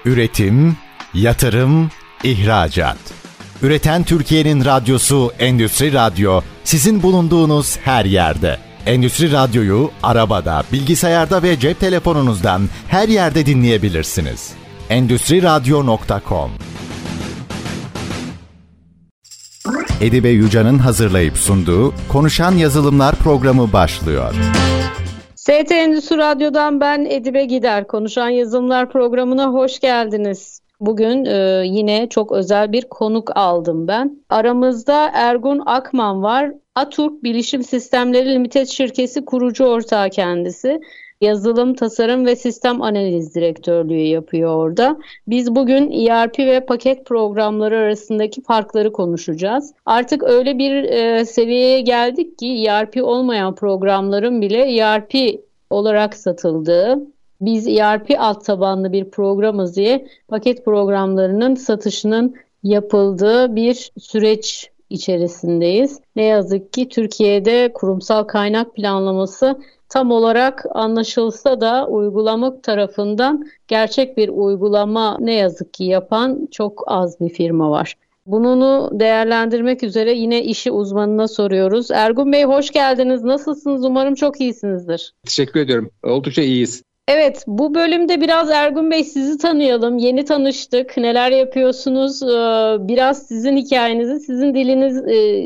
Üretim, yatırım, ihracat. Üreten Türkiye'nin radyosu Endüstri Radyo, sizin bulunduğunuz her yerde. Endüstri Radyo'yu arabada, bilgisayarda ve cep telefonunuzdan her yerde dinleyebilirsiniz. Endüstriradyo.com. Edibe Yücan'ın hazırlayıp sunduğu Konuşan Yazılımlar programı başlıyor. ST Endüstri Radyo'dan ben Edibe Gider. Konuşan Yazılımlar programına hoş geldiniz. Bugün yine çok özel bir konuk aldım ben. Aramızda Ergun Akman var. Aturk Bilişim Sistemleri Limited şirketi kurucu ortağı kendisi. Yazılım, tasarım ve sistem analiz direktörlüğü yapıyor orada. Biz bugün ERP ve paket programları arasındaki farkları konuşacağız. Artık öyle bir seviyeye geldik ki ERP olmayan programların bile ERP olarak satıldığı, biz ERP alt tabanlı bir programız diye paket programlarının satışının yapıldığı bir süreç içerisindeyiz. Ne yazık ki Türkiye'de kurumsal kaynak planlaması tam olarak anlaşılsa da uygulama tarafından gerçek bir uygulama ne yazık ki yapan çok az bir firma var. Bunu değerlendirmek üzere yine işi uzmanına soruyoruz. Ergun Bey hoş geldiniz. Nasılsınız? Umarım çok iyisinizdir. Teşekkür ediyorum. Oldukça iyiyiz. Evet, bu bölümde biraz Ergun Bey sizi tanıyalım. Yeni tanıştık. Neler yapıyorsunuz? Biraz sizin hikayenizi, sizin diliniz,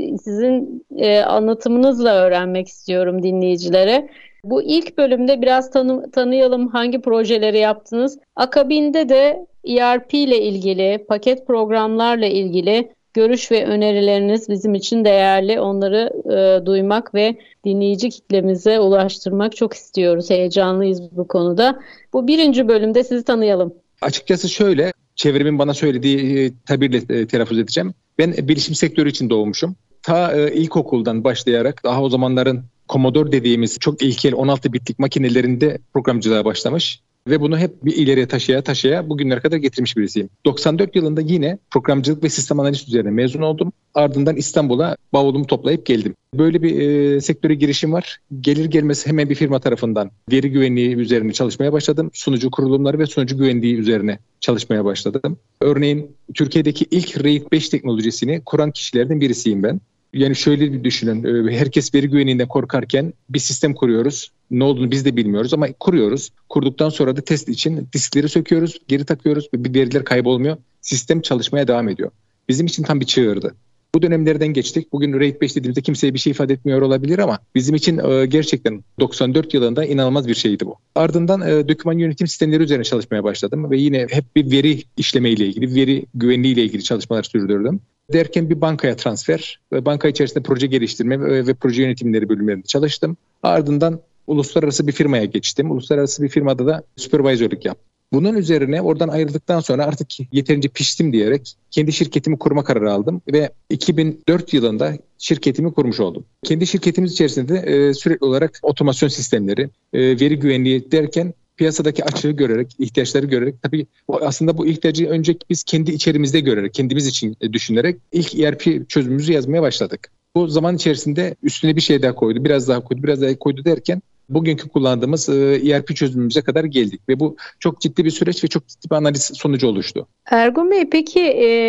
sizin anlatımınızla öğrenmek istiyorum dinleyicilere. Bu ilk bölümde biraz tanıyalım, hangi projeleri yaptınız. Akabinde de ERP ile ilgili, paket programlarla ilgili görüş ve önerileriniz bizim için değerli. Onları duymak ve dinleyici kitlemize ulaştırmak çok istiyoruz. Heyecanlıyız bu konuda. Bu birinci bölümde sizi tanıyalım. Açıkçası şöyle, çevremin bana söylediği tabirle telaffuz edeceğim. Ben bilişim sektörü için doğmuşum. Ta ilkokuldan başlayarak daha o zamanların Commodore dediğimiz çok ilkel 16 bitlik makinelerinde programcılığa başlamış. Ve bunu hep bir ileriye taşıya bugünlere kadar getirmiş birisiyim. 94 yılında yine programcılık ve sistem analiz üzerine mezun oldum. Ardından İstanbul'a bavulumu toplayıp geldim. Böyle bir sektöre girişim var. Gelir gelmez hemen bir firma tarafından veri güvenliği üzerine çalışmaya başladım. Sunucu kurulumları ve sunucu güvenliği üzerine çalışmaya başladım. Örneğin Türkiye'deki ilk RAID 5 teknolojisini kuran kişilerden birisiyim ben. Yani şöyle bir düşünün, herkes veri güvenliğinden korkarken bir sistem kuruyoruz. Ne olduğunu biz de bilmiyoruz ama kuruyoruz. Kurduktan sonra da test için diskleri söküyoruz, geri takıyoruz ve veriler kaybolmuyor. Sistem çalışmaya devam ediyor. Bizim için tam bir çığırdı. Bu dönemlerden geçtik. Bugün RAID 5 dediğimizde kimseye bir şey ifade etmiyor olabilir ama bizim için gerçekten 94 yılında inanılmaz bir şeydi bu. Ardından doküman yönetim sistemleri üzerine çalışmaya başladım ve yine hep bir veri işleme ile ilgili, veri güvenliği ile ilgili çalışmalar sürdürdüm. Derken bir bankaya transfer ve banka içerisinde proje geliştirme ve proje yönetimleri bölümlerinde çalıştım. Ardından uluslararası bir firmaya geçtim. Uluslararası bir firmada da supervisorluk yaptım. Bunun üzerine oradan ayrıldıktan sonra artık yeterince piştim diyerek kendi şirketimi kurma kararı aldım ve 2004 yılında şirketimi kurmuş oldum. Kendi şirketimiz içerisinde sürekli olarak otomasyon sistemleri, veri güvenliği derken piyasadaki açığı görerek, ihtiyaçları görerek, tabii aslında bu ihtiyacı önce biz kendi içerimizde görerek, kendimiz için düşünerek ilk ERP çözümümüzü yazmaya başladık. Bu zaman içerisinde üstüne bir şey daha koydu, biraz daha koydu derken bugünkü kullandığımız ERP çözümümüze kadar geldik ve bu çok ciddi bir süreç ve çok ciddi bir analiz sonucu oluştu. Ergun Bey, peki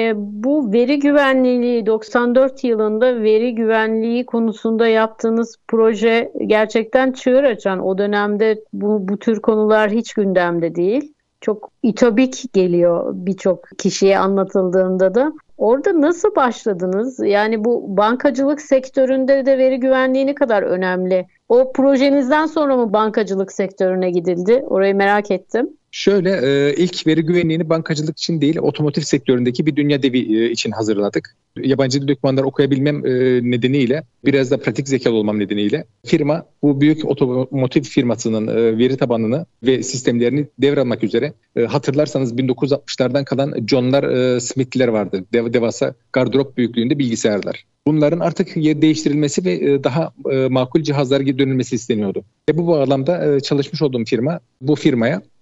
bu veri güvenliği 94 yılında veri güvenliği konusunda yaptığınız proje gerçekten çığır açan. O dönemde bu tür konular hiç gündemde değil. Çok ütopik geliyor birçok kişiye anlatıldığında da. Orada nasıl başladınız? Yani bu bankacılık sektöründe de veri güvenliği ne kadar önemli? O projenizden sonra mı bankacılık sektörüne gidildi? Orayı merak ettim. Şöyle, ilk veri güvenliğini bankacılık için değil, otomotiv sektöründeki bir dünya devi için hazırladık. Yabancı dil dokümanları okuyabilmem nedeniyle, biraz da pratik zekalı olmam nedeniyle firma bu büyük otomotiv firmasının veri tabanını ve sistemlerini devralmak üzere, hatırlarsanız 1960'lardan kalan John'lar, Smith'ler vardı. Devasa gardırop büyüklüğünde bilgisayarlar. Bunların artık yer değiştirilmesi ve daha makul cihazlara dönülmesi isteniyordu. Ve bu bağlamda çalışmış olduğum firma, bu firmaya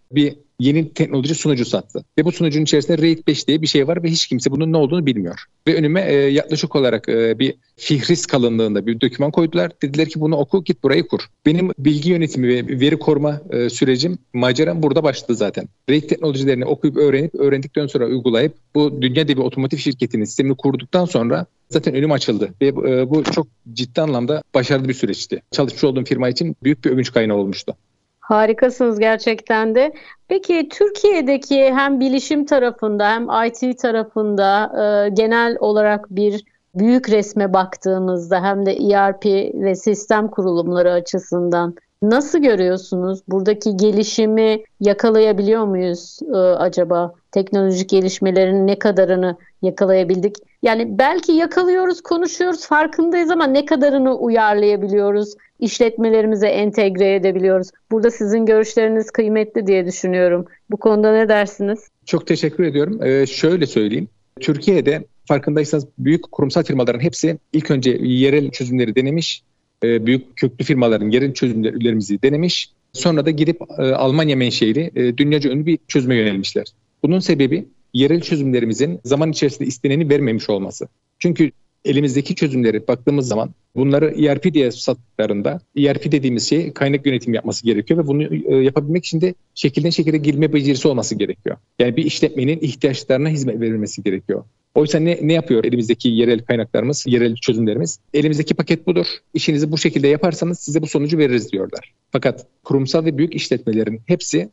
bir yeni teknoloji sunucu sattı. Ve bu sunucunun içerisinde RAID 5 diye bir şey var ve hiç kimse bunun ne olduğunu bilmiyor. Ve önüme yaklaşık olarak bir fihris kalınlığında bir doküman koydular. Dediler ki bunu oku, git burayı kur. Benim bilgi yönetimi ve veri koruma sürecim, maceram burada başladı zaten. RAID teknolojilerini okuyup öğrendikten sonra uygulayıp bu dünya devi otomotiv şirketinin sistemini kurduktan sonra zaten önüm açıldı. Ve bu çok ciddi anlamda başarılı bir süreçti. Çalışmış olduğum firma için büyük bir övünç kaynağı olmuştu. Harikasınız gerçekten de. Peki Türkiye'deki hem bilişim tarafında hem IT tarafında genel olarak bir büyük resme baktığımızda hem de ERP ve sistem kurulumları açısından nasıl görüyorsunuz? Buradaki gelişimi yakalayabiliyor muyuz acaba? Teknolojik gelişmelerin ne kadarını yakalayabildik? Yani belki yakalıyoruz, konuşuyoruz, farkındayız ama ne kadarını uyarlayabiliyoruz? İşletmelerimize entegre edebiliyoruz. Burada sizin görüşleriniz kıymetli diye düşünüyorum. Bu konuda ne dersiniz? Çok teşekkür ediyorum. Şöyle söyleyeyim. Türkiye'de farkındaysanız büyük kurumsal firmaların hepsi ilk önce yerel çözümleri denemiş. Büyük köklü firmaların yerel çözümlerimizi denemiş. Sonra da gidip Almanya menşeili dünyaca ünlü bir çözüme yönelmişler. Bunun sebebi yerel çözümlerimizin zaman içerisinde isteneni vermemiş olması. Çünkü elimizdeki çözümleri baktığımız zaman bunları ERP diye sattıklarında ERP dediğimiz şey kaynak yönetimi yapması gerekiyor ve bunu yapabilmek için de şekilden şekile girme becerisi olması gerekiyor. Yani bir işletmenin ihtiyaçlarına hizmet verilmesi gerekiyor. Oysa ne yapıyor elimizdeki yerel kaynaklarımız, yerel çözümlerimiz? Elimizdeki paket budur. İşinizi bu şekilde yaparsanız size bu sonucu veririz diyorlar. Fakat kurumsal ve büyük işletmelerin hepsi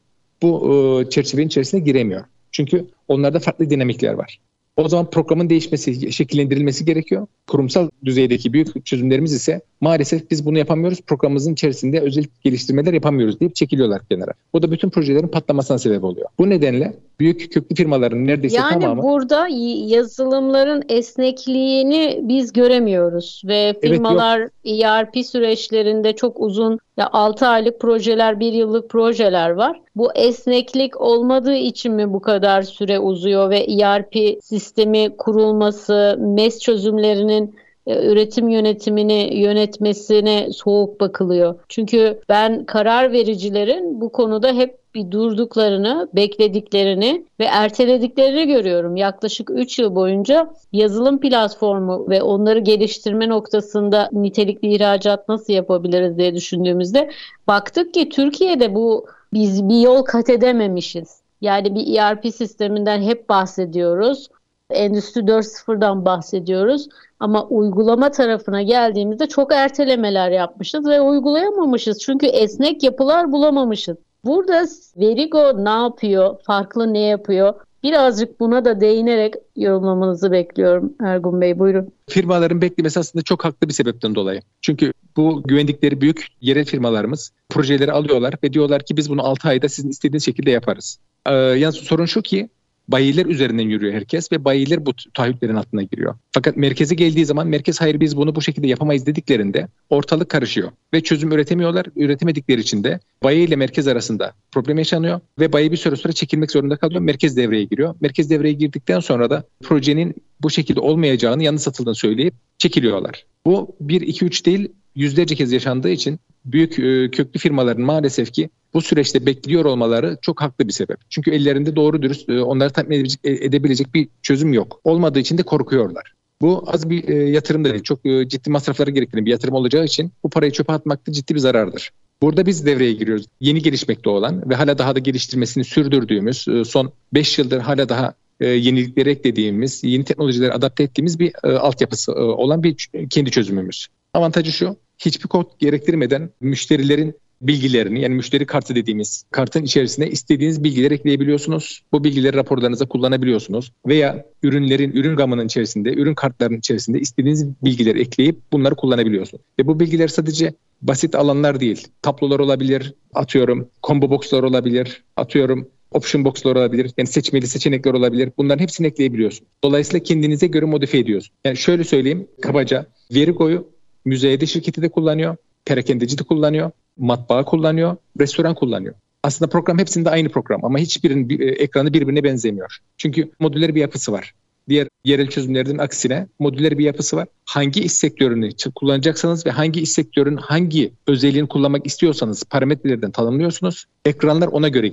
bu çerçevenin içerisine giremiyor. Çünkü onlarda farklı dinamikler var. O zaman programın değişmesi, şekillendirilmesi gerekiyor. Kurumsal düzeydeki büyük çözümlerimiz ise maalesef biz bunu yapamıyoruz. Programımızın içerisinde özel geliştirmeler yapamıyoruz deyip çekiliyorlar kenara. Bu da bütün projelerin patlamasına sebep oluyor. Bu nedenle büyük köklü firmaların neredeyse tamamı... Yani burada yazılımların esnekliğini biz göremiyoruz ve firmalar ERP süreçlerinde çok uzun 6 aylık projeler, 1 yıllık projeler var. Bu esneklik olmadığı için mi bu kadar süre uzuyor ve ERP sistemi kurulması, MES çözümlerinin üretim yönetimini yönetmesine soğuk bakılıyor? Çünkü ben karar vericilerin bu konuda hep bir durduklarını, beklediklerini ve ertelediklerini görüyorum. Yaklaşık 3 yıl boyunca yazılım platformu ve onları geliştirme noktasında nitelikli ihracat nasıl yapabiliriz diye düşündüğümüzde baktık ki Türkiye'de biz bir yol kat edememişiz. Yani bir ERP sisteminden hep bahsediyoruz. Endüstri 4.0'dan bahsediyoruz. Ama uygulama tarafına geldiğimizde çok ertelemeler yapmışız ve uygulayamamışız. Çünkü esnek yapılar bulamamışız. Burada Verigo ne yapıyor? Farklı ne yapıyor? Birazcık buna da değinerek yorumlamanızı bekliyorum Ergun Bey. Buyurun. Firmaların beklemesi aslında çok haklı bir sebepten dolayı. Çünkü bu güvendikleri büyük yerel firmalarımız projeleri alıyorlar ve diyorlar ki biz bunu 6 ayda sizin istediğiniz şekilde yaparız. Yalnız sorun şu ki bayiler üzerinden yürüyor herkes ve bayiler bu taahhütlerin altına giriyor. Fakat merkeze geldiği zaman merkez hayır biz bunu bu şekilde yapamayız dediklerinde ortalık karışıyor ve çözüm üretemiyorlar. Üretemedikleri için de bayi ile merkez arasında problem yaşanıyor ve bayi bir süre sonra çekilmek zorunda kalıyor. Merkez devreye giriyor. Merkez devreye girdikten sonra da projenin bu şekilde olmayacağını, yanlış satıldığını söyleyip çekiliyorlar. Bu 1, 2, 3 değil yüzlerce kez yaşandığı için büyük köklü firmaların maalesef ki bu süreçte bekliyor olmaları çok haklı bir sebep. Çünkü ellerinde doğru dürüst onları tatmin edebilecek bir çözüm yok. Olmadığı için de korkuyorlar. Bu az bir yatırım da değil. Çok ciddi masrafları gerektiren bir yatırım olacağı için bu parayı çöpe atmak da ciddi bir zarardır. Burada biz devreye giriyoruz. Yeni gelişmekte olan ve hala daha da geliştirmesini sürdürdüğümüz, son 5 yıldır hala daha yenilikleri eklediğimiz, yeni teknolojileri adapte ettiğimiz bir altyapısı olan bir kendi çözümümüz. Avantajı şu, hiçbir kod gerektirmeden müşterilerin bilgilerini, yani müşteri kartı dediğimiz kartın içerisine istediğiniz bilgileri ekleyebiliyorsunuz. Bu bilgileri raporlarınıza kullanabiliyorsunuz. Veya ürün gamının içerisinde, ürün kartlarının içerisinde istediğiniz bilgileri ekleyip bunları kullanabiliyorsunuz. Ve bu bilgiler sadece basit alanlar değil. Tablolar olabilir, atıyorum combo box'lar olabilir, atıyorum option box'lar olabilir. Yani seçmeli seçenekler olabilir. Bunların hepsini ekleyebiliyorsunuz. Dolayısıyla kendinize göre modifiye ediyorsunuz. Yani şöyle söyleyeyim kabaca, Verigo'yu müzeyede şirketi de kullanıyor, perakendeci de kullanıyor, matbaa kullanıyor, restoran kullanıyor. Aslında program hepsinde aynı program ama hiçbirinin ekranı birbirine benzemiyor. Çünkü modüler bir yapısı var. Diğer yerel çözümlerden aksine modüler bir yapısı var. Hangi iş sektörünü kullanacaksanız ve hangi iş sektörünün hangi özelliğini kullanmak istiyorsanız parametrelerden tanımlıyorsunuz. Ekranlar ona göre geliyor.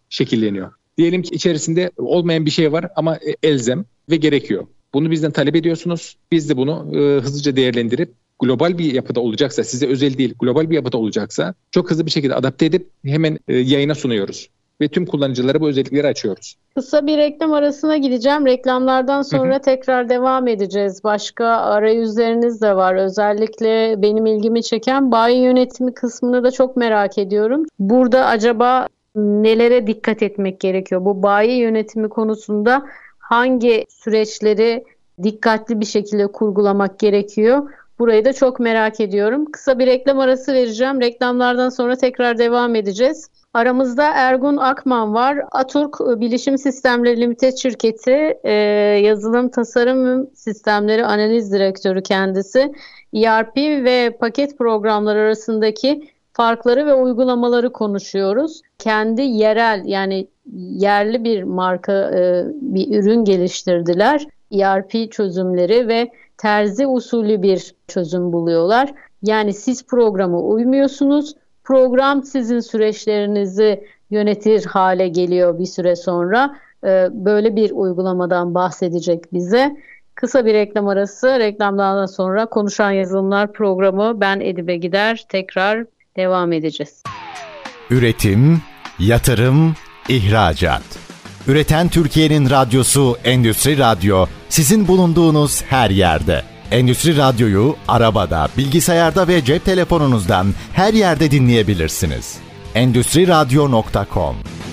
şekilleniyor. Diyelim ki içerisinde olmayan bir şey var ama elzem ve gerekiyor. Bunu bizden talep ediyorsunuz. Biz de bunu hızlıca değerlendirip global bir yapıda olacaksa, size özel değil, global bir yapıda olacaksa çok hızlı bir şekilde adapte edip hemen yayına sunuyoruz. Ve tüm kullanıcılara bu özellikleri açıyoruz. Kısa bir reklam arasına gideceğim. Reklamlardan sonra tekrar devam edeceğiz. Başka arayüzleriniz de var. Özellikle benim ilgimi çeken bayi yönetimi kısmını da çok merak ediyorum. Burada acaba nelere dikkat etmek gerekiyor? Bu bayi yönetimi konusunda hangi süreçleri dikkatli bir şekilde kurgulamak gerekiyor? Burayı da çok merak ediyorum. Kısa bir reklam arası vereceğim. Reklamlardan sonra tekrar devam edeceğiz. Aramızda Ergun Akman var. Aturk Bilişim Sistemleri Limited şirketi yazılım tasarım sistemleri analiz direktörü kendisi. ERP ve paket programları arasındaki farkları ve uygulamaları konuşuyoruz. Kendi yerel yani yerli bir marka bir ürün geliştirdiler. ERP çözümleri ve terzi usulü bir çözüm buluyorlar. Yani siz programa uymuyorsunuz. Program sizin süreçlerinizi yönetir hale geliyor bir süre sonra. Böyle bir uygulamadan bahsedecek bize. Kısa bir reklam arası. Reklamdan sonra Konuşan Yazılımlar programı ben Edibe Gider. Tekrar devam edeceğiz. Üretim, yatırım, ihracat. Üreten Türkiye'nin radyosu Endüstri Radyo sizin bulunduğunuz her yerde. Endüstri Radyo'yu arabada, bilgisayarda ve cep telefonunuzdan her yerde dinleyebilirsiniz. Endüstriradyo.com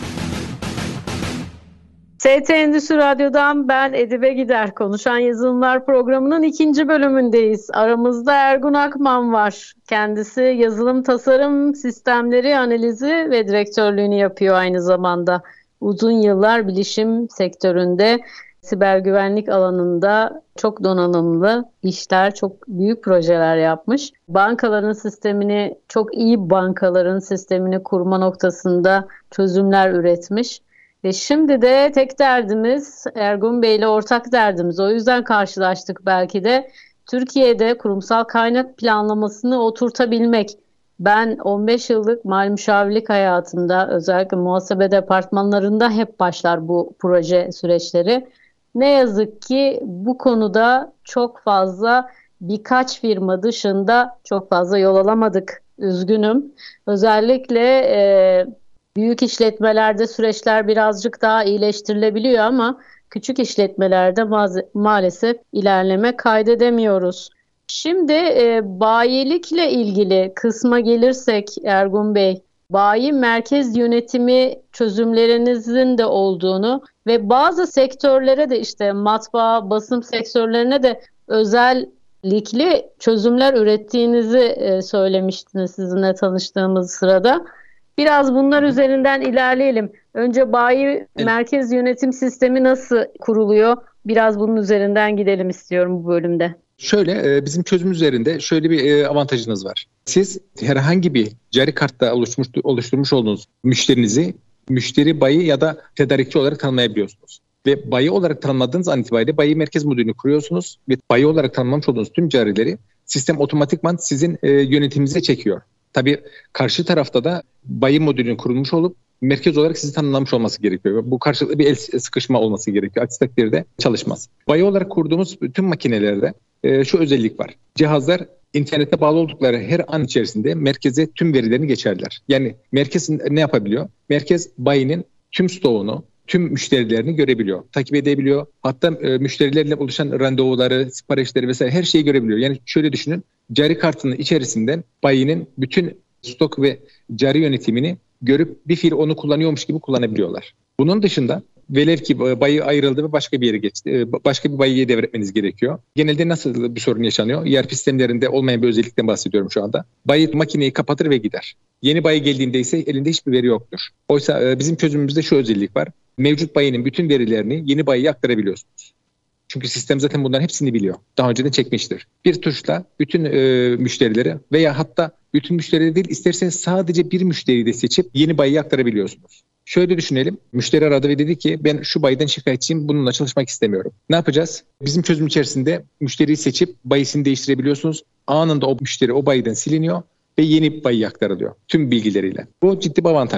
ST Endüstri Radyo'dan ben Edibe Gider. Konuşan Yazılımlar programının 2. bölümündeyiz. Aramızda Ergun Akman var. Kendisi yazılım tasarım sistemleri analizi ve direktörlüğünü yapıyor aynı zamanda. Uzun yıllar bilişim sektöründe, siber güvenlik alanında çok donanımlı işler, çok büyük projeler yapmış. Bankaların sistemini, çok iyi bankaların sistemini kurma noktasında çözümler üretmiş. Ve şimdi de tek derdimiz, Ergun Bey'le ortak derdimiz, o yüzden karşılaştık belki de, Türkiye'de kurumsal kaynak planlamasını oturtabilmek. Ben 15 yıllık mali müşavirlik hayatımda özellikle muhasebe departmanlarında hep başlar bu proje süreçleri. Ne yazık ki bu konuda çok fazla birkaç firma dışında çok fazla yol alamadık. Üzgünüm. Özellikle büyük işletmelerde süreçler birazcık daha iyileştirilebiliyor ama küçük işletmelerde maalesef ilerleme kaydedemiyoruz. Şimdi bayilikle ilgili kısma gelirsek Ergun Bey, bayi merkez yönetimi çözümlerinizin de olduğunu ve bazı sektörlere de işte matbaa, basım sektörlerine de özellikle çözümler ürettiğinizi söylemiştiniz sizinle tanıştığımız sırada. Biraz bunlar üzerinden ilerleyelim. Önce bayi merkez yönetim sistemi nasıl kuruluyor? Biraz bunun üzerinden gidelim istiyorum bu bölümde. Şöyle bizim çözüm üzerinde şöyle bir avantajınız var. Siz herhangi bir cari kartta oluşturmuş olduğunuz müşterinizi müşteri bayi ya da tedarikçi olarak tanımlayabiliyorsunuz. Ve bayi olarak tanımladığınız an itibariyle bayi merkez modülünü kuruyorsunuz ve bayi olarak tanımlamış olduğunuz tüm carileri sistem otomatikman sizin yönetiminize çekiyor. Tabii karşı tarafta da bayi modülünün kurulmuş olup merkez olarak sizi tanımlamış olması gerekiyor. Bu karşılıklı bir el sıkışma olması gerekiyor. Aksi takdirde çalışmaz. Bayi olarak kurduğumuz bütün makinelerde şu özellik var. Cihazlar internete bağlı oldukları her an içerisinde merkeze tüm verilerini geçerler. Yani merkez ne yapabiliyor? Merkez bayinin tüm stoğunu, tüm müşterilerini görebiliyor, takip edebiliyor. Hatta müşterilerle oluşan randevuları, siparişleri vesaire her şeyi görebiliyor. Yani şöyle düşünün, cari kartının içerisinden bayinin bütün stok ve cari yönetimini görüp bir fiil onu kullanıyormuş gibi kullanabiliyorlar. Bunun dışında velev ki bayi ayrıldı ve başka bir yere geçti. Başka bir bayiye devretmeniz gerekiyor. Genelde nasıl bir sorun yaşanıyor? ERP sistemlerinde olmayan bir özellikten bahsediyorum şu anda. Bayi makineyi kapatır ve gider. Yeni bayi geldiğinde ise elinde hiçbir veri yoktur. Oysa bizim çözümümüzde şu özellik var. Mevcut bayinin bütün verilerini yeni bayiye aktarabiliyorsunuz. Çünkü sistem zaten bunların hepsini biliyor. Daha önceden çekmiştir. Bir tuşla bütün müşterileri veya hatta bütün müşterileri değil, isterseniz sadece bir müşteriyi de seçip yeni bayiye aktarabiliyorsunuz. Şöyle düşünelim. Müşteri aradı ve dedi ki ben şu bayiden şikayetçiyim, bununla çalışmak istemiyorum. Ne yapacağız? Bizim çözüm içerisinde müşteriyi seçip bayisini değiştirebiliyorsunuz. Anında o müşteri o bayiden siliniyor ve yeni bayiye aktarılıyor tüm bilgileriyle. Bu ciddi bir avantaj.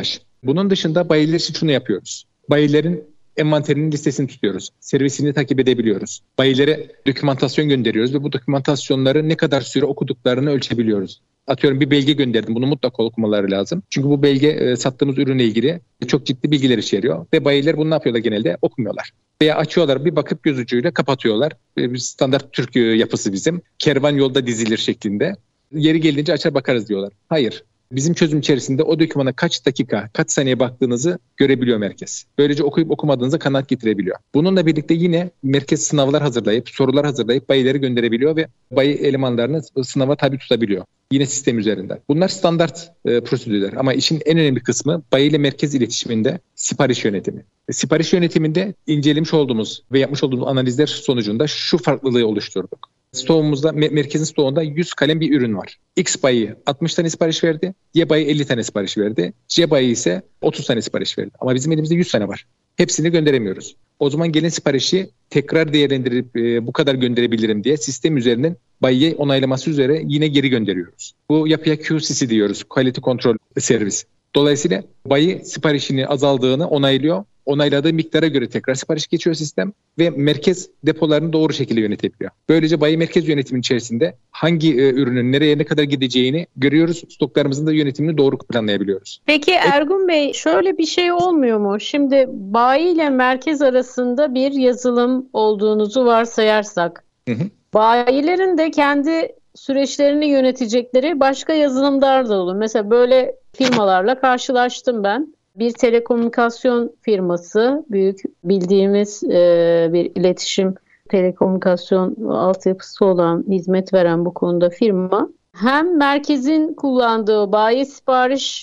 Bunun dışında bayiler için şunu yapıyoruz. Bayilerin envanterinin listesini tutuyoruz. Servisini takip edebiliyoruz. Bayilere dokümantasyon gönderiyoruz ve bu dokümantasyonları ne kadar süre okuduklarını ölçebiliyoruz. Atıyorum bir belge gönderdim. Bunu mutlaka okumaları lazım. Çünkü bu belge sattığımız ürünle ilgili çok ciddi bilgiler içeriyor. Ve bayiler bunu ne yapıyorlar genelde? Okumuyorlar. Veya açıyorlar, bir bakıp göz ucuyla kapatıyorlar. Bir standart Türk yapısı bizim. Kervan yolda dizilir şeklinde. Yeri gelince açar bakarız diyorlar. Hayır. Bizim çözüm içerisinde o dokümana kaç dakika, kaç saniye baktığınızı görebiliyor merkez. Böylece okuyup okumadığınıza kanaat getirebiliyor. Bununla birlikte yine merkez sınavlar hazırlayıp, sorular hazırlayıp bayileri gönderebiliyor ve bayi elemanlarını sınava tabi tutabiliyor. Yine sistem üzerinden. Bunlar standart prosedürler ama işin en önemli kısmı bayi ile merkez iletişiminde sipariş yönetimi. Sipariş yönetiminde incelemiş olduğumuz ve yapmış olduğumuz analizler sonucunda şu farklılığı oluşturduk. Stoğumuzda, merkezin stoğunda 100 kalem bir ürün var. X bayi 60 tane sipariş verdi. Y bayi 50 tane sipariş verdi. C bayi ise 30 tane sipariş verdi. Ama bizim elimizde 100 tane var. Hepsini gönderemiyoruz. O zaman gelen siparişi tekrar değerlendirip bu kadar gönderebilirim diye sistem üzerinden bayiye onaylaması üzere yine geri gönderiyoruz. Bu yapıya QCC diyoruz. Quality Control Service. Dolayısıyla bayi siparişini azaldığını onaylıyor. Onayladığı miktara göre tekrar sipariş geçiyor sistem ve merkez depolarını doğru şekilde yönetebiliyor. Böylece bayi merkez yönetimin içerisinde hangi ürünün nereye ne kadar gideceğini görüyoruz. Stoklarımızın da yönetimini doğru planlayabiliyoruz. Peki Ergun Bey, şöyle bir şey olmuyor mu? Şimdi bayi ile merkez arasında bir yazılım olduğunuzu varsayarsak, bayilerin de kendi süreçlerini yönetecekleri başka yazılımlar da olur. Mesela böyle firmalarla karşılaştım ben. Bir telekomünikasyon firması, büyük bildiğimiz bir iletişim telekomünikasyon altyapısı olan, hizmet veren bu konuda firma. Hem merkezin kullandığı bayi sipariş,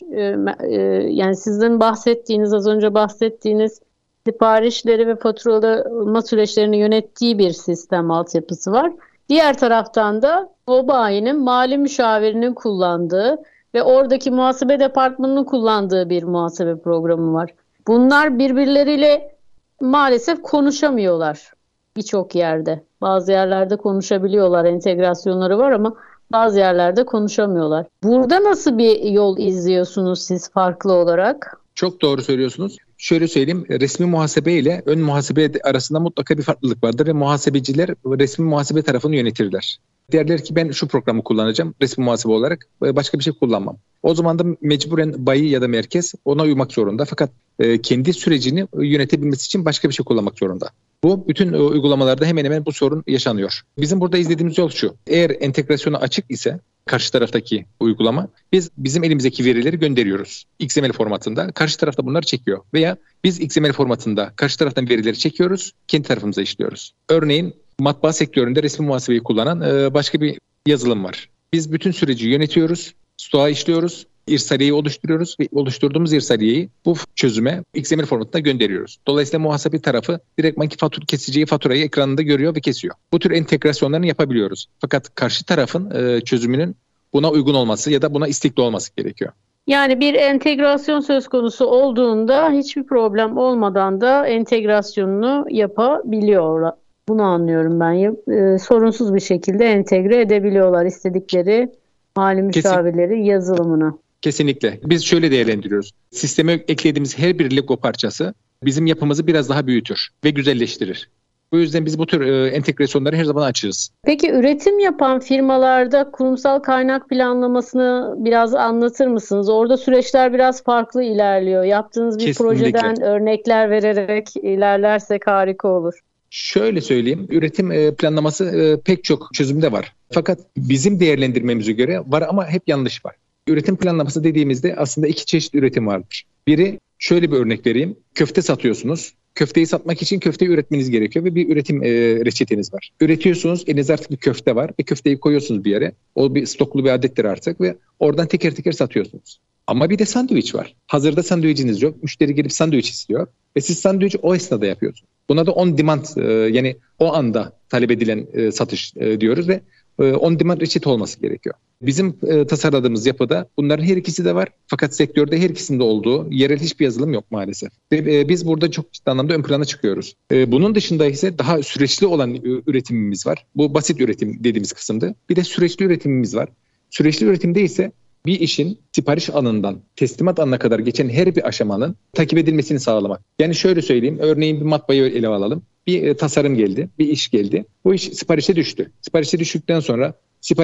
yani sizin bahsettiğiniz, az önce bahsettiğiniz siparişleri ve faturalama süreçlerini yönettiği bir sistem altyapısı var. Diğer taraftan da o bayinin mali müşavirinin kullandığı ve oradaki muhasebe departmanının kullandığı bir muhasebe programı var. Bunlar birbirleriyle maalesef konuşamıyorlar birçok yerde. Bazı yerlerde konuşabiliyorlar, entegrasyonları var ama bazı yerlerde konuşamıyorlar. Burada nasıl bir yol izliyorsunuz siz farklı olarak? Çok doğru söylüyorsunuz. Şöyle söyleyeyim, resmi muhasebe ile ön muhasebe arasında mutlaka bir farklılık vardır ve muhasebeciler resmi muhasebe tarafını yönetirler. Derler ki ben şu programı kullanacağım resmi muhasebe olarak, başka bir şey kullanmam. O zaman da mecburen bayi ya da merkez ona uymak zorunda. Fakat kendi sürecini yönetebilmesi için başka bir şey kullanmak zorunda. Bu bütün uygulamalarda hemen hemen bu sorun yaşanıyor. Bizim burada izlediğimiz yol şu. Eğer entegrasyonu açık ise karşı taraftaki uygulama, bizim elimizdeki verileri gönderiyoruz XML formatında. Karşı tarafta bunları çekiyor. Veya biz XML formatında karşı taraftan verileri çekiyoruz, kendi tarafımıza işliyoruz. Örneğin matbaa sektöründe resmi muhasebeyi kullanan başka bir yazılım var. Biz bütün süreci yönetiyoruz, stoğa işliyoruz, irsaliyeyi oluşturuyoruz ve oluşturduğumuz irsaliyeyi bu çözüme XML formatında gönderiyoruz. Dolayısıyla muhasebe tarafı direktmanki keseceği faturayı ekranında görüyor ve kesiyor. Bu tür entegrasyonlarını yapabiliyoruz. Fakat karşı tarafın çözümünün buna uygun olması ya da buna istekli olması gerekiyor. Yani bir entegrasyon söz konusu olduğunda hiçbir problem olmadan da entegrasyonunu yapabiliyorlar. Bunu anlıyorum ben. Sorunsuz bir şekilde entegre edebiliyorlar istedikleri mali müşavirleri yazılımına. Kesinlikle. Biz şöyle değerlendiriyoruz. Sisteme eklediğimiz her bir Lego parçası bizim yapımızı biraz daha büyütür ve güzelleştirir. Bu yüzden biz bu tür entegrasyonları her zaman açığız. Peki üretim yapan firmalarda kurumsal kaynak planlamasını biraz anlatır mısınız? Orada süreçler biraz farklı ilerliyor. Yaptığınız bir projeden örnekler vererek ilerlersek harika olur. Şöyle söyleyeyim, üretim planlaması pek çok çözümde var. Fakat bizim değerlendirmemize göre var ama hep yanlış var. Üretim planlaması dediğimizde aslında iki çeşit üretim vardır. Biri, şöyle bir örnek vereyim. Köfte satıyorsunuz. Köfteyi satmak için köfteyi üretmeniz gerekiyor ve bir üretim reçeteniz var. Üretiyorsunuz, elinizde artık bir köfte var ve köfteyi koyuyorsunuz bir yere. O bir stoklu bir adettir artık ve oradan teker teker satıyorsunuz. Ama bir de sandviç var. Hazırda sandviçiniz yok. Müşteri gelip sandviç istiyor ve siz sandviçi o esnada yapıyorsunuz. Buna da on demand, yani o anda talep edilen satış diyoruz ve on demand reçete olması gerekiyor. Bizim tasarladığımız yapıda bunların her ikisi de var. Fakat sektörde her ikisinde olduğu yerel hiçbir yazılım yok maalesef. Ve biz burada çok ciddi anlamda ön plana çıkıyoruz. Bunun dışında ise daha süreçli olan üretimimiz var. Bu basit üretim dediğimiz kısımda. Bir de süreçli üretimimiz var. Süreçli üretimde ise bir işin sipariş anından teslimat anına kadar geçen her bir aşamanın takip edilmesini sağlamak. Yani şöyle söyleyeyim, örneğin bir matbaayı ele alalım. Bir tasarım geldi, bir iş geldi. Bu iş siparişe düştü. Siparişe düştükten sonra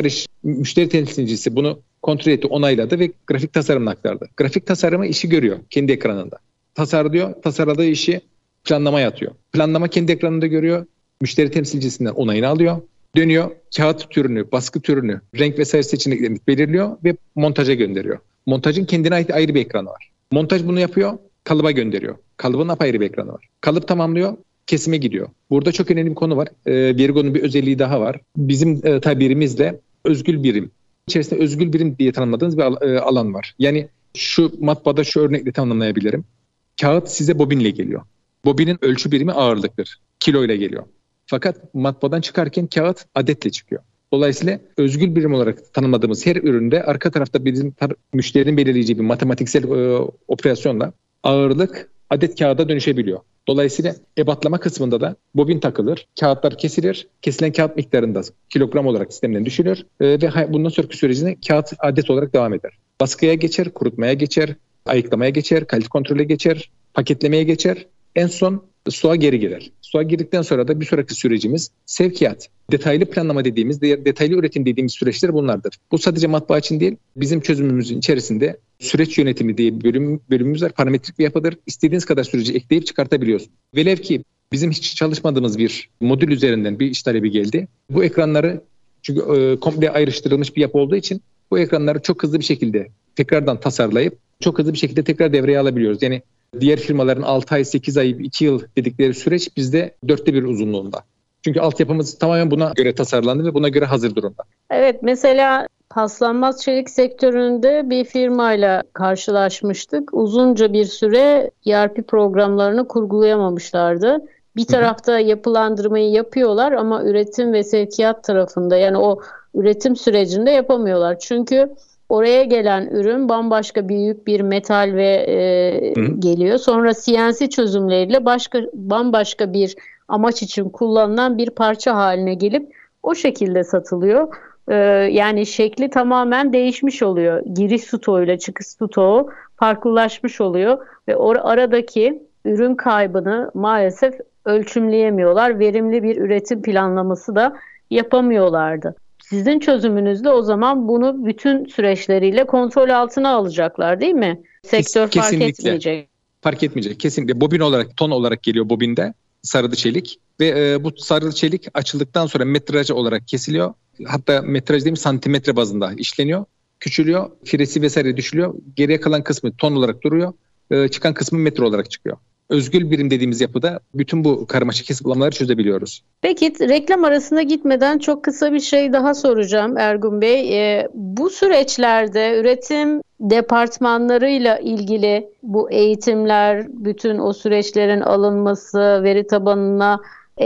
müşteri temsilcisi bunu kontrol etti, onayladı ve grafik tasarımına aktardı. Grafik tasarımı işi görüyor kendi ekranında. Tasarlıyor, tasarladığı işi planlamaya atıyor. Planlama kendi ekranında görüyor, müşteri temsilcisinden onayını alıyor. Dönüyor, kağıt türünü, baskı türünü, renk vesaire seçeneklerini belirliyor ve montaja gönderiyor. Montajın kendine ait ayrı bir ekranı var. Montaj bunu yapıyor, kalıba gönderiyor. Kalıbın apayrı bir ekranı var. Kalıp tamamlıyor, kesime gidiyor. Burada çok önemli bir konu var. Virgo'nun bir özelliği daha var. Bizim tabirimizle özgül birim. İçerisinde özgül birim diye tanımladığımız bir alan var. Yani şu matbaada şu örnekle tanımlayabilirim. Kağıt size bobinle geliyor. Bobinin ölçü birimi ağırlıktır. Kiloyla geliyor. Fakat matbaadan çıkarken kağıt adetle çıkıyor. Dolayısıyla özgül birim olarak tanımladığımız her üründe arka tarafta bizim müşterinin belirleyeceği bir matematiksel operasyonla ağırlık adet kağıda dönüşebiliyor. Dolayısıyla ebatlama kısmında da bobin takılır, kağıtlar kesilir, kesilen kağıt miktarında kilogram olarak sistemden düşülür ve bundan sonraki sürecinde kağıt adet olarak devam eder. Baskıya geçer, kurutmaya geçer, ayıklamaya geçer, kalite kontrole geçer, paketlemeye geçer. En son stoğa geri gelir. Stoğa girdikten sonra da bir sonraki sürecimiz sevkiyat. Detaylı planlama dediğimiz, detaylı üretim dediğimiz süreçler bunlardır. Bu sadece matbaa için değil, bizim çözümümüzün içerisinde süreç yönetimi diye bir bölümümüz var. Parametrik bir yapıdır. İstediğiniz kadar süreci ekleyip çıkartabiliyorsunuz. Velev ki bizim hiç çalışmadığımız bir modül üzerinden bir iş talebi geldi. Bu ekranları, çünkü komple ayrıştırılmış bir yapı olduğu için bu ekranları çok hızlı bir şekilde tekrardan tasarlayıp çok hızlı bir şekilde tekrar devreye alabiliyoruz. Yani diğer firmaların 6 ay, 8 ay, 2 yıl dedikleri süreç bizde 1/4 uzunluğunda. Çünkü altyapımız tamamen buna göre tasarlandı ve buna göre hazır durumda. Evet, mesela paslanmaz çelik sektöründe bir firmayla karşılaşmıştık. Uzunca bir süre ERP programlarını kurgulayamamışlardı. Bir tarafta yapılandırmayı yapıyorlar ama üretim ve sevkiyat tarafında, yani o üretim sürecinde yapamıyorlar. Çünkü oraya gelen ürün bambaşka büyük bir metal ve geliyor. Sonra CNC çözümleriyle bambaşka bir amaç için kullanılan bir parça haline gelip o şekilde satılıyor. Yani şekli tamamen değişmiş oluyor. Giriş stoğuyla çıkış stoğu farklılaşmış oluyor ve aradaki ürün kaybını maalesef ölçümleyemiyorlar. Verimli bir üretim planlaması da yapamıyorlardı. Sizin çözümünüzde o zaman bunu bütün süreçleriyle kontrol altına alacaklar, değil mi? Sektör fark etmeyecek. Fark etmeyecek. Kesinlikle. Bobin olarak, ton olarak geliyor bobinde. Sarılı çelik. Ve bu sarılı çelik açıldıktan sonra metraj olarak kesiliyor. Hatta metraj değil mi, santimetre bazında işleniyor. Küçülüyor. Firesi vesaire düşülüyor. Geriye kalan kısmı ton olarak duruyor. Çıkan kısmı metre olarak çıkıyor. Özgül birim dediğimiz yapıda bütün bu karmaşık hesaplamaları çözebiliyoruz. Peki, reklam arasına gitmeden çok kısa bir şey daha soracağım Ergun Bey. Bu süreçlerde üretim departmanlarıyla ilgili bu eğitimler, bütün o süreçlerin alınması, veri tabanına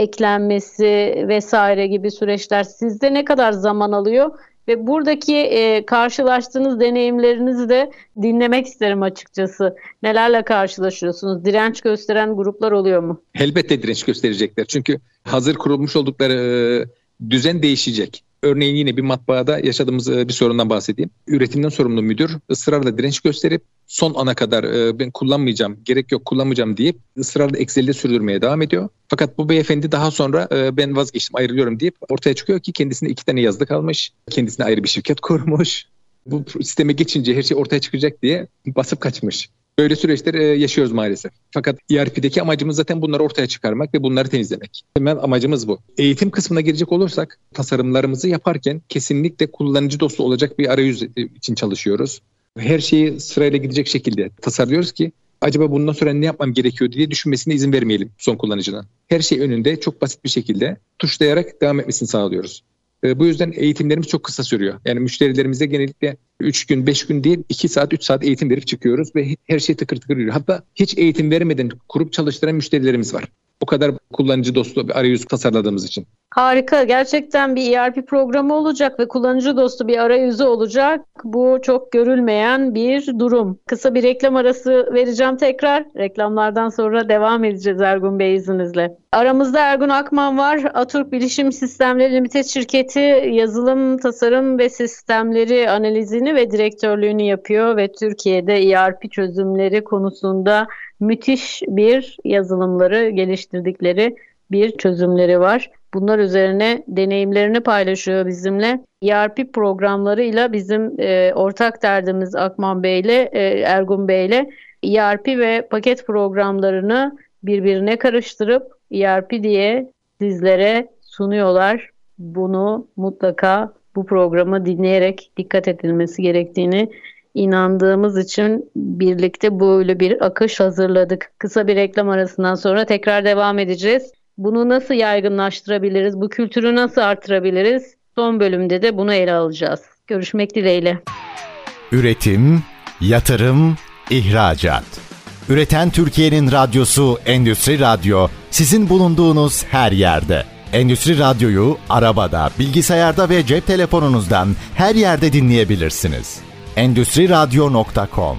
eklenmesi vesaire gibi süreçler sizde ne kadar zaman alıyor? Ve buradaki karşılaştığınız deneyimlerinizi de dinlemek isterim açıkçası. Nelerle karşılaşıyorsunuz? Direnç gösteren gruplar oluyor mu? Elbette direnç gösterecekler. Çünkü hazır kurulmuş oldukları düzen değişecek. Örneğin yine bir matbaada yaşadığımız bir sorundan bahsedeyim. Üretimden sorumlu müdür ısrarla direnç gösterip son ana kadar ben kullanmayacağım, gerek yok kullanmayacağım deyip ısrarla Excel'de sürdürmeye devam ediyor. Fakat bu beyefendi daha sonra ben vazgeçtim, ayrılıyorum deyip ortaya çıkıyor ki kendisinde 2 tane yazlık almış, kendisine ayrı bir şirket kurmuş. Bu sisteme geçince her şey ortaya çıkacak diye basıp kaçmış. Böyle süreçler yaşıyoruz maalesef. Fakat ERP'deki amacımız zaten bunları ortaya çıkarmak ve bunları temizlemek. Temel amacımız bu. Eğitim kısmına girecek olursak tasarımlarımızı yaparken kesinlikle kullanıcı dostu olacak bir arayüz için çalışıyoruz. Her şeyi sırayla gidecek şekilde tasarlıyoruz ki acaba bundan sonra ne yapmam gerekiyor diye düşünmesine izin vermeyelim son kullanıcının. Her şey önünde çok basit bir şekilde tuşlayarak devam etmesini sağlıyoruz. Bu yüzden eğitimlerimiz çok kısa sürüyor. Yani müşterilerimize genellikle 3 gün, 5 gün değil 2 saat, 3 saat eğitim verip çıkıyoruz ve her şey tıkır tıkır yürüyor. Hatta hiç eğitim vermeden kurup çalıştıran müşterilerimiz var. O kadar kullanıcı dostu bir arayüz tasarladığımız için. Harika. Gerçekten bir ERP programı olacak ve kullanıcı dostu bir arayüzü olacak. Bu çok görülmeyen bir durum. Kısa bir reklam arası vereceğim tekrar. Reklamlardan sonra devam edeceğiz Ergun Bey izninizle. Aramızda Ergun Akman var. Aturk Bilişim Sistemleri Limited şirketi yazılım, tasarım ve sistemleri analizini ve direktörlüğünü yapıyor ve Türkiye'de ERP çözümleri konusunda müthiş bir yazılımları geliştirdikleri bir çözümleri var. Bunlar üzerine deneyimlerini paylaşıyor bizimle. ERP programlarıyla bizim ortak derdimiz Akman Bey'le, Ergun Bey'le ERP ve paket programlarını birbirine karıştırıp ERP diye sizlere sunuyorlar. Bunu mutlaka bu programı dinleyerek dikkat edilmesi gerektiğini inandığımız için birlikte böyle bir akış hazırladık. Kısa bir reklam arasından sonra tekrar devam edeceğiz. Bunu nasıl yaygınlaştırabiliriz? Bu kültürü nasıl artırabiliriz? Son bölümde de bunu ele alacağız. Görüşmek dileğiyle. Üretim, yatırım, ihracat. Üreten Türkiye'nin radyosu Endüstri Radyo sizin bulunduğunuz her yerde. Endüstri Radyo'yu arabada, bilgisayarda ve cep telefonunuzdan her yerde dinleyebilirsiniz. Endüstriradyo.com.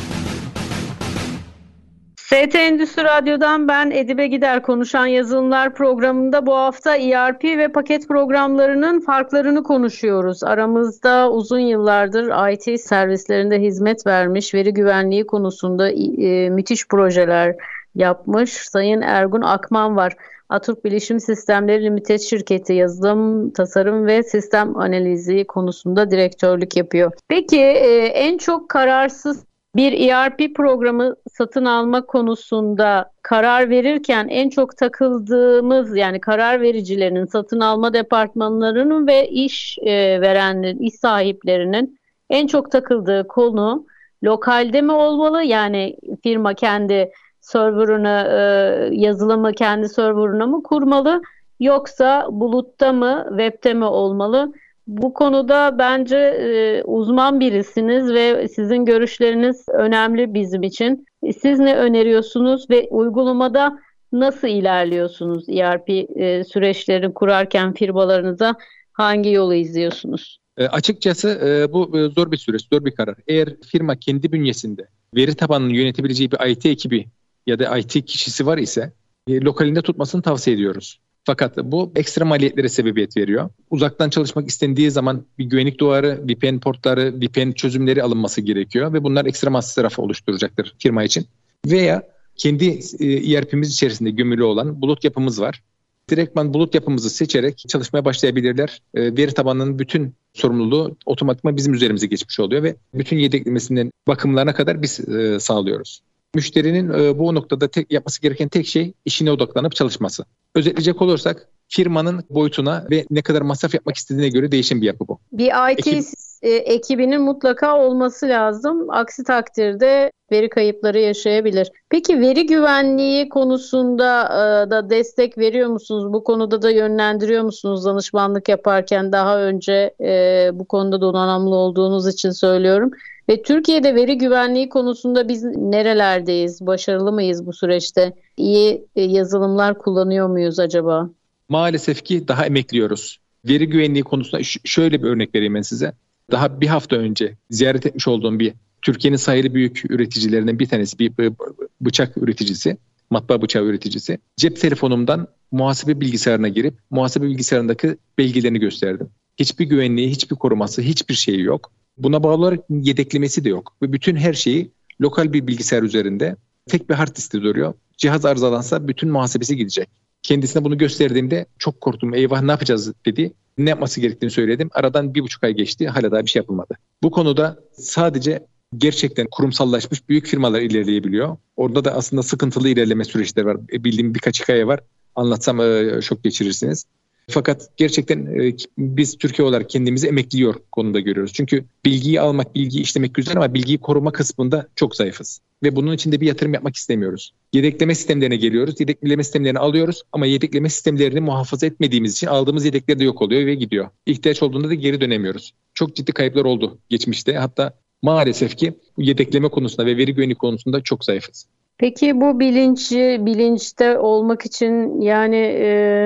ST Endüstri Radyo'dan ben Edibe Gider Konuşan Yazılımlar programında bu hafta ERP ve paket programlarının farklarını konuşuyoruz. Aramızda uzun yıllardır IT servislerinde hizmet vermiş, veri güvenliği konusunda müthiş projeler yapmış Sayın Ergun Akman var. Aturk Bilişim Sistemleri Limited şirketi yazılım, tasarım ve sistem analizi konusunda direktörlük yapıyor. Peki en çok kararsız bir ERP programı satın alma konusunda karar verirken en çok takıldığımız, yani karar vericilerinin, satın alma departmanlarının ve iş verenlerin, iş sahiplerinin en çok takıldığı konu lokalde mi olmalı? Yani firma kendi serverını, yazılımı kendi serverına mı kurmalı? Yoksa bulutta mı, web'te mi olmalı? Bu konuda bence uzman birisiniz ve sizin görüşleriniz önemli bizim için. Siz ne öneriyorsunuz ve uygulamada nasıl ilerliyorsunuz? ERP süreçlerini kurarken firmalarınıza hangi yolu izliyorsunuz? Açıkçası bu zor bir süreç, zor bir karar. Eğer firma kendi bünyesinde veri tabanını yönetebileceği bir IT ekibi ya da IT kişisi var ise lokalinde tutmasını tavsiye ediyoruz. Fakat bu ekstra maliyetlere sebebiyet veriyor. Uzaktan çalışmak istendiği zaman bir güvenlik duvarı, VPN portları, VPN çözümleri alınması gerekiyor ve bunlar ekstra masraf oluşturacaktır firma için. Veya kendi ERP'miz içerisinde gömülü olan bulut yapımız var. Direktman bulut yapımızı seçerek çalışmaya başlayabilirler. Veri tabanının bütün sorumluluğu otomatikman bizim üzerimize geçmiş oluyor ve bütün yedeklemesinden bakımlarına kadar biz sağlıyoruz. Müşterinin bu noktada yapması gereken tek şey işine odaklanıp çalışması. Özetleyecek olursak firmanın boyutuna ve ne kadar masraf yapmak istediğine göre değişen bir yapı bu. Bir IT ekibinin mutlaka olması lazım. Aksi takdirde veri kayıpları yaşayabilir. Peki veri güvenliği konusunda da destek veriyor musunuz? Bu konuda da yönlendiriyor musunuz danışmanlık yaparken? Daha önce bu konuda donanımlı olduğunuz için söylüyorum. Ve Türkiye'de veri güvenliği konusunda biz nerelerdeyiz? Başarılı mıyız bu süreçte? İyi yazılımlar kullanıyor muyuz acaba? Maalesef ki daha emekliyoruz. Veri güvenliği konusunda şöyle bir örnek vereyim ben size. Daha bir hafta önce ziyaret etmiş olduğum bir Türkiye'nin sayılı büyük üreticilerinden bir tanesi, bir bıçak üreticisi, matbaa bıçağı üreticisi. Cep telefonumdan muhasebe bilgisayarına girip muhasebe bilgisayarındaki belgelerini gösterdim. Hiçbir güvenliği, hiçbir koruması, hiçbir şeyi yok. Buna bağlı olarak yedeklemesi de yok. Ve bütün her şeyi lokal bir bilgisayar üzerinde tek bir hard diskte duruyor. Cihaz arızalansa bütün muhasebesi gidecek. Kendisine bunu gösterdiğimde çok korktum. Eyvah ne yapacağız dedi. Ne yapması gerektiğini söyledim. Aradan 1,5 ay geçti. Hala daha bir şey yapılmadı. Bu konuda sadece gerçekten kurumsallaşmış büyük firmalar ilerleyebiliyor. Orada da aslında sıkıntılı ilerleme süreçleri var. Bildiğim birkaç hikaye var. Anlatsam şok geçirirsiniz. Fakat gerçekten biz Türkiye olarak kendimizi emekliyor konuda görüyoruz. Çünkü bilgiyi almak, bilgiyi işlemek güzel ama bilgiyi koruma kısmında çok zayıfız. Ve bunun için de bir yatırım yapmak istemiyoruz. Yedekleme sistemlerine geliyoruz. Yedekleme sistemlerini alıyoruz ama yedekleme sistemlerini muhafaza etmediğimiz için aldığımız yedekler de yok oluyor ve gidiyor. İhtiyaç olduğunda da geri dönemiyoruz. Çok ciddi kayıplar oldu geçmişte. Hatta maalesef ki bu yedekleme konusunda ve veri güvenliği konusunda çok zayıfız. Peki bu bilinçte olmak için yani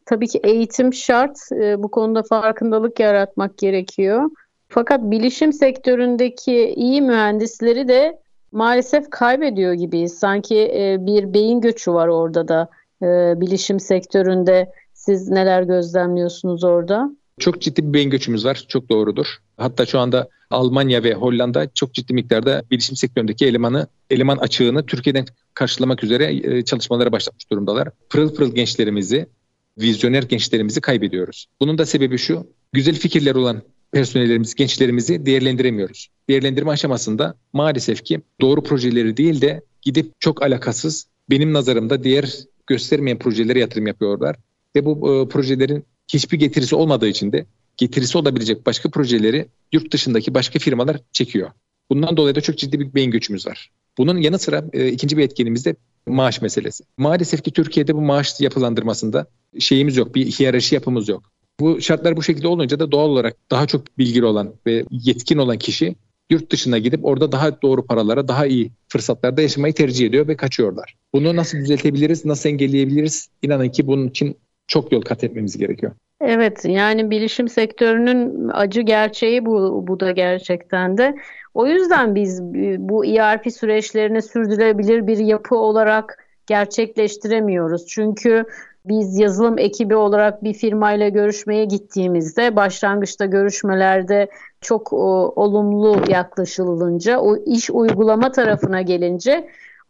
Tabii ki eğitim şart. Bu konuda farkındalık yaratmak gerekiyor. Fakat bilişim sektöründeki iyi mühendisleri de maalesef kaybediyor gibiyiz. Sanki bir beyin göçü var orada da bilişim sektöründe. Siz neler gözlemliyorsunuz orada? Çok ciddi bir beyin göçümüz var. Çok doğrudur. Hatta şu anda Almanya ve Hollanda çok ciddi miktarda bilişim sektöründeki eleman açığını Türkiye'den karşılamak üzere çalışmalara başlatmış durumdalar. Pırıl pırıl gençlerimizi, vizyoner gençlerimizi kaybediyoruz. Bunun da sebebi şu: güzel fikirler olan personellerimiz, gençlerimizi değerlendiremiyoruz. Değerlendirme aşamasında maalesef ki doğru projeleri değil de gidip çok alakasız, benim nazarımda değer göstermeyen projelere yatırım yapıyorlar. Ve bu projelerin hiçbir getirisi olmadığı için de getirisi olabilecek başka projeleri yurt dışındaki başka firmalar çekiyor. Bundan dolayı da çok ciddi bir beyin göçümüz var. Bunun yanı sıra ikinci bir etkenimiz de maaş meselesi. Maalesef ki Türkiye'de bu maaş yapılandırmasında şeyimiz yok, bir hiyerarşi yapımız yok. Bu şartlar bu şekilde olunca da doğal olarak daha çok bilgili olan ve yetkin olan kişi yurt dışına gidip orada daha doğru paralara, daha iyi fırsatlarda yaşamayı tercih ediyor ve kaçıyorlar. Bunu nasıl düzeltebiliriz, nasıl engelleyebiliriz? İnanın ki bunun için çok yol kat etmemiz gerekiyor. Evet, yani bilişim sektörünün acı gerçeği bu da gerçekten de. O yüzden biz bu ERP süreçlerini sürdürülebilir bir yapı olarak gerçekleştiremiyoruz. Çünkü biz yazılım ekibi olarak bir firmayla görüşmeye gittiğimizde başlangıçta görüşmelerde çok olumlu yaklaşılınca, o iş uygulama tarafına gelince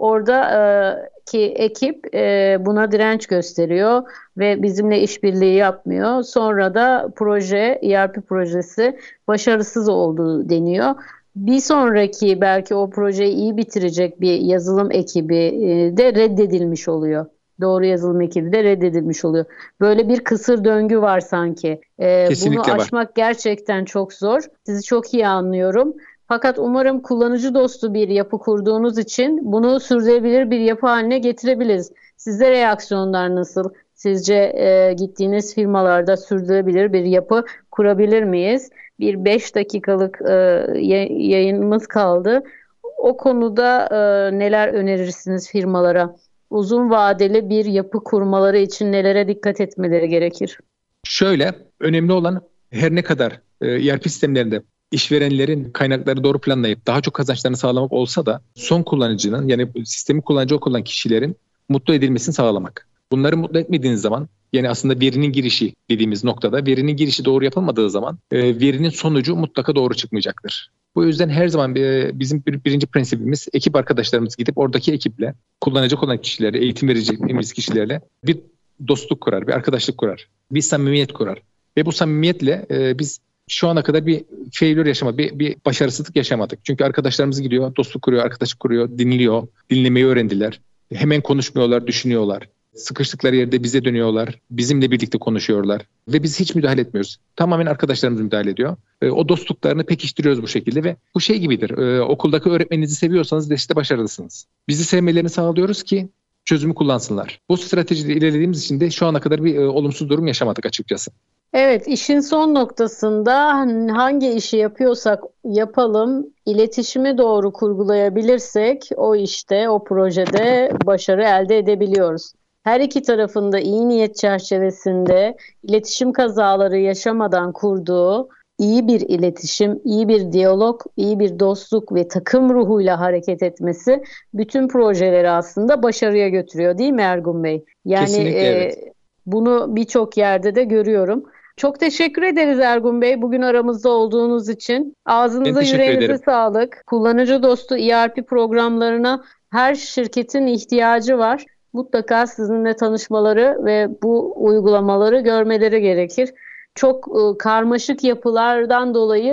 oradaki ekip buna direnç gösteriyor ve bizimle işbirliği yapmıyor. Sonra da ERP projesi başarısız oldu deniyor. Bir sonraki belki o projeyi iyi bitirecek bir yazılım ekibi de reddedilmiş oluyor. Doğru yazılım ekibi de reddedilmiş oluyor. Böyle bir kısır döngü var sanki. Bunu aşmak gerçekten çok zor. Sizi çok iyi anlıyorum. Fakat umarım kullanıcı dostu bir yapı kurduğunuz için bunu sürdürülebilir bir yapı haline getirebiliriz. Sizde reaksiyonlar nasıl? Sizce gittiğiniz firmalarda sürdürülebilir bir yapı kurabilir miyiz? Bir 5 dakikalık yayınımız kaldı. O konuda neler önerirsiniz firmalara? Uzun vadeli bir yapı kurmaları için nelere dikkat etmeleri gerekir? Şöyle, önemli olan her ne kadar ERP sistemlerinde işverenlerin kaynakları doğru planlayıp daha çok kazançlarını sağlamak olsa da son kullanıcının, yani sistemi kullanacak olan kişilerin mutlu edilmesini sağlamak. Bunları mutlu etmediğiniz zaman, yani aslında verinin girişi dediğimiz noktada verinin girişi doğru yapılmadığı zaman verinin sonucu mutlaka doğru çıkmayacaktır. Bu yüzden her zaman bizim birinci prensibimiz ekip arkadaşlarımız gidip oradaki ekiple, kullanacak olan kişilerle, eğitim vereceğimiz kişilerle bir dostluk kurar, bir arkadaşlık kurar, bir samimiyet kurar. Ve bu samimiyetle biz şu ana kadar bir failure yaşamadık, bir başarısızlık yaşamadık. Çünkü arkadaşlarımız gidiyor, dostluk kuruyor, arkadaşlık kuruyor, dinliyor, dinlemeyi öğrendiler. Hemen konuşmuyorlar, düşünüyorlar. Sıkıştıkları yerde bize dönüyorlar, bizimle birlikte konuşuyorlar ve biz hiç müdahale etmiyoruz. Tamamen arkadaşlarımız müdahale ediyor. O dostluklarını pekiştiriyoruz bu şekilde ve bu şey gibidir. Okuldaki öğretmeninizi seviyorsanız derste başarılısınız. Bizi sevmelerini sağlıyoruz ki çözümü kullansınlar. Bu stratejide ilerlediğimiz için de şu ana kadar bir olumsuz durum yaşamadık açıkçası. Evet, işin son noktasında hangi işi yapıyorsak yapalım, iletişimi doğru kurgulayabilirsek o işte, o projede başarı elde edebiliyoruz. Her iki tarafında iyi niyet çerçevesinde iletişim kazaları yaşamadan kurduğu iyi bir iletişim, iyi bir diyalog, iyi bir dostluk ve takım ruhuyla hareket etmesi bütün projeleri aslında başarıya götürüyor, değil mi Ergun Bey? Yani kesinlikle evet. Bunu birçok yerde de görüyorum. Çok teşekkür ederiz Ergun Bey bugün aramızda olduğunuz için. Ağzınıza yüreğinize sağlık. Kullanıcı dostu ERP programlarına her şirketin ihtiyacı var. Mutlaka sizinle tanışmaları ve bu uygulamaları görmeleri gerekir. Çok karmaşık yapılardan dolayı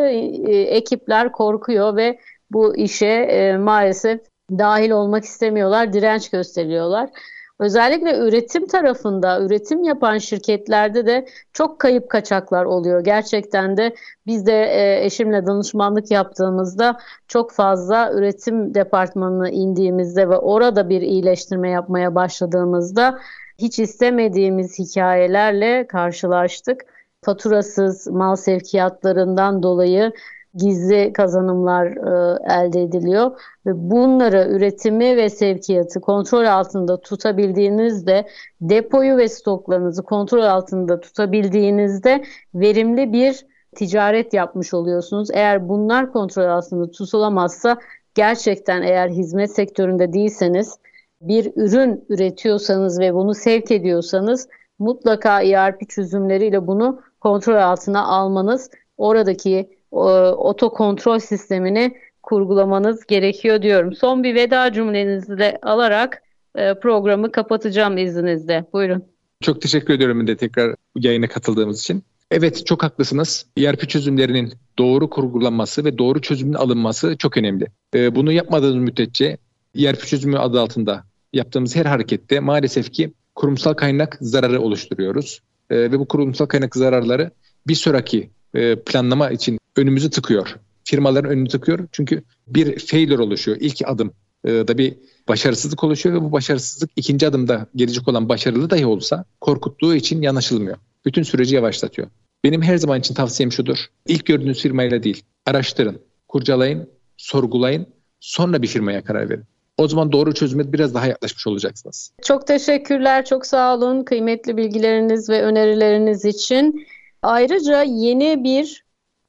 ekipler korkuyor ve bu işe maalesef dahil olmak istemiyorlar, direnç gösteriyorlar. Özellikle üretim tarafında, üretim yapan şirketlerde de çok kayıp kaçaklar oluyor. Gerçekten de biz de eşimle danışmanlık yaptığımızda çok fazla üretim departmanına indiğimizde ve orada bir iyileştirme yapmaya başladığımızda hiç istemediğimiz hikayelerle karşılaştık. Faturasız mal sevkiyatlarından dolayı gizli kazanımlar elde ediliyor. Ve bunları, üretimi ve sevkiyatı kontrol altında tutabildiğinizde, depoyu ve stoklarınızı kontrol altında tutabildiğinizde verimli bir ticaret yapmış oluyorsunuz. Eğer bunlar kontrol altında tutulamazsa, gerçekten eğer hizmet sektöründe değilseniz, bir ürün üretiyorsanız ve bunu sevk ediyorsanız mutlaka ERP çözümleriyle bunu kontrol altına almanız, oradaki otokontrol sistemini kurgulamanız gerekiyor diyorum. Son bir veda cümlenizi de alarak programı kapatacağım izninizle. Buyurun. Çok teşekkür ediyorum de tekrar bu yayına katıldığımız için. Evet, çok haklısınız. ERP çözümlerinin doğru kurgulanması ve doğru çözümün alınması çok önemli. Bunu yapmadığımız müddetçe ERP çözümü adı altında yaptığımız her harekette maalesef ki kurumsal kaynak zararı oluşturuyoruz. Ve bu kurumsal kaynak zararları bir sonraki planlama için önümüzü tıkıyor. Firmaların önünü tıkıyor. Çünkü bir failure oluşuyor. İlk adım da bir başarısızlık oluşuyor ve bu başarısızlık ikinci adımda gelecek olan başarılı dahi olsa korkuttuğu için yanaşılmıyor. Bütün süreci yavaşlatıyor. Benim her zaman için tavsiyem şudur. İlk gördüğünüz firmayla değil, araştırın, kurcalayın, sorgulayın, sonra bir firmaya karar verin. O zaman doğru çözüme biraz daha yaklaşmış olacaksınız. Çok teşekkürler, çok sağ olun kıymetli bilgileriniz ve önerileriniz için. Ayrıca yeni bir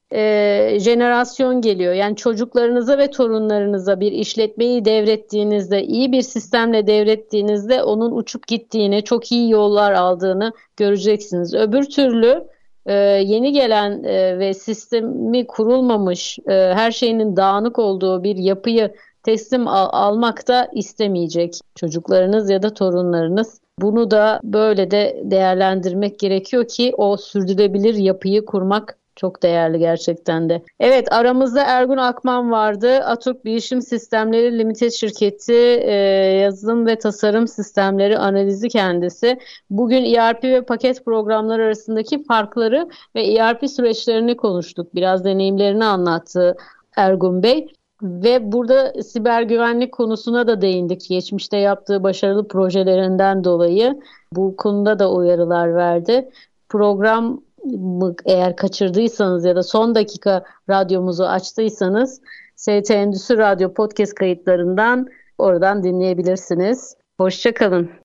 jenerasyon geliyor. Yani çocuklarınıza ve torunlarınıza bir işletmeyi devrettiğinizde, iyi bir sistemle devrettiğinizde onun uçup gittiğini, çok iyi yollar aldığını göreceksiniz. Öbür türlü yeni gelen ve sistemi kurulmamış, her şeyinin dağınık olduğu bir yapıyı teslim almak da istemeyecek çocuklarınız ya da torunlarınız. Bunu da böyle de değerlendirmek gerekiyor ki o sürdürülebilir yapıyı kurmak çok değerli gerçekten de. Evet, aramızda Ergun Akman vardı. Aturk Bilişim Sistemleri Limited şirketi, yazılım ve tasarım sistemleri analizi kendisi. Bugün ERP ve paket programları arasındaki farkları ve ERP süreçlerini konuştuk. Biraz deneyimlerini anlattı Ergun Bey. Ve burada siber güvenlik konusuna da değindik. Geçmişte yaptığı başarılı projelerinden dolayı bu konuda da uyarılar verdi. Program eğer kaçırdıysanız ya da son dakika radyomuzu açtıysanız ST Endüstri Radyo podcast kayıtlarından oradan dinleyebilirsiniz. Hoşça kalın.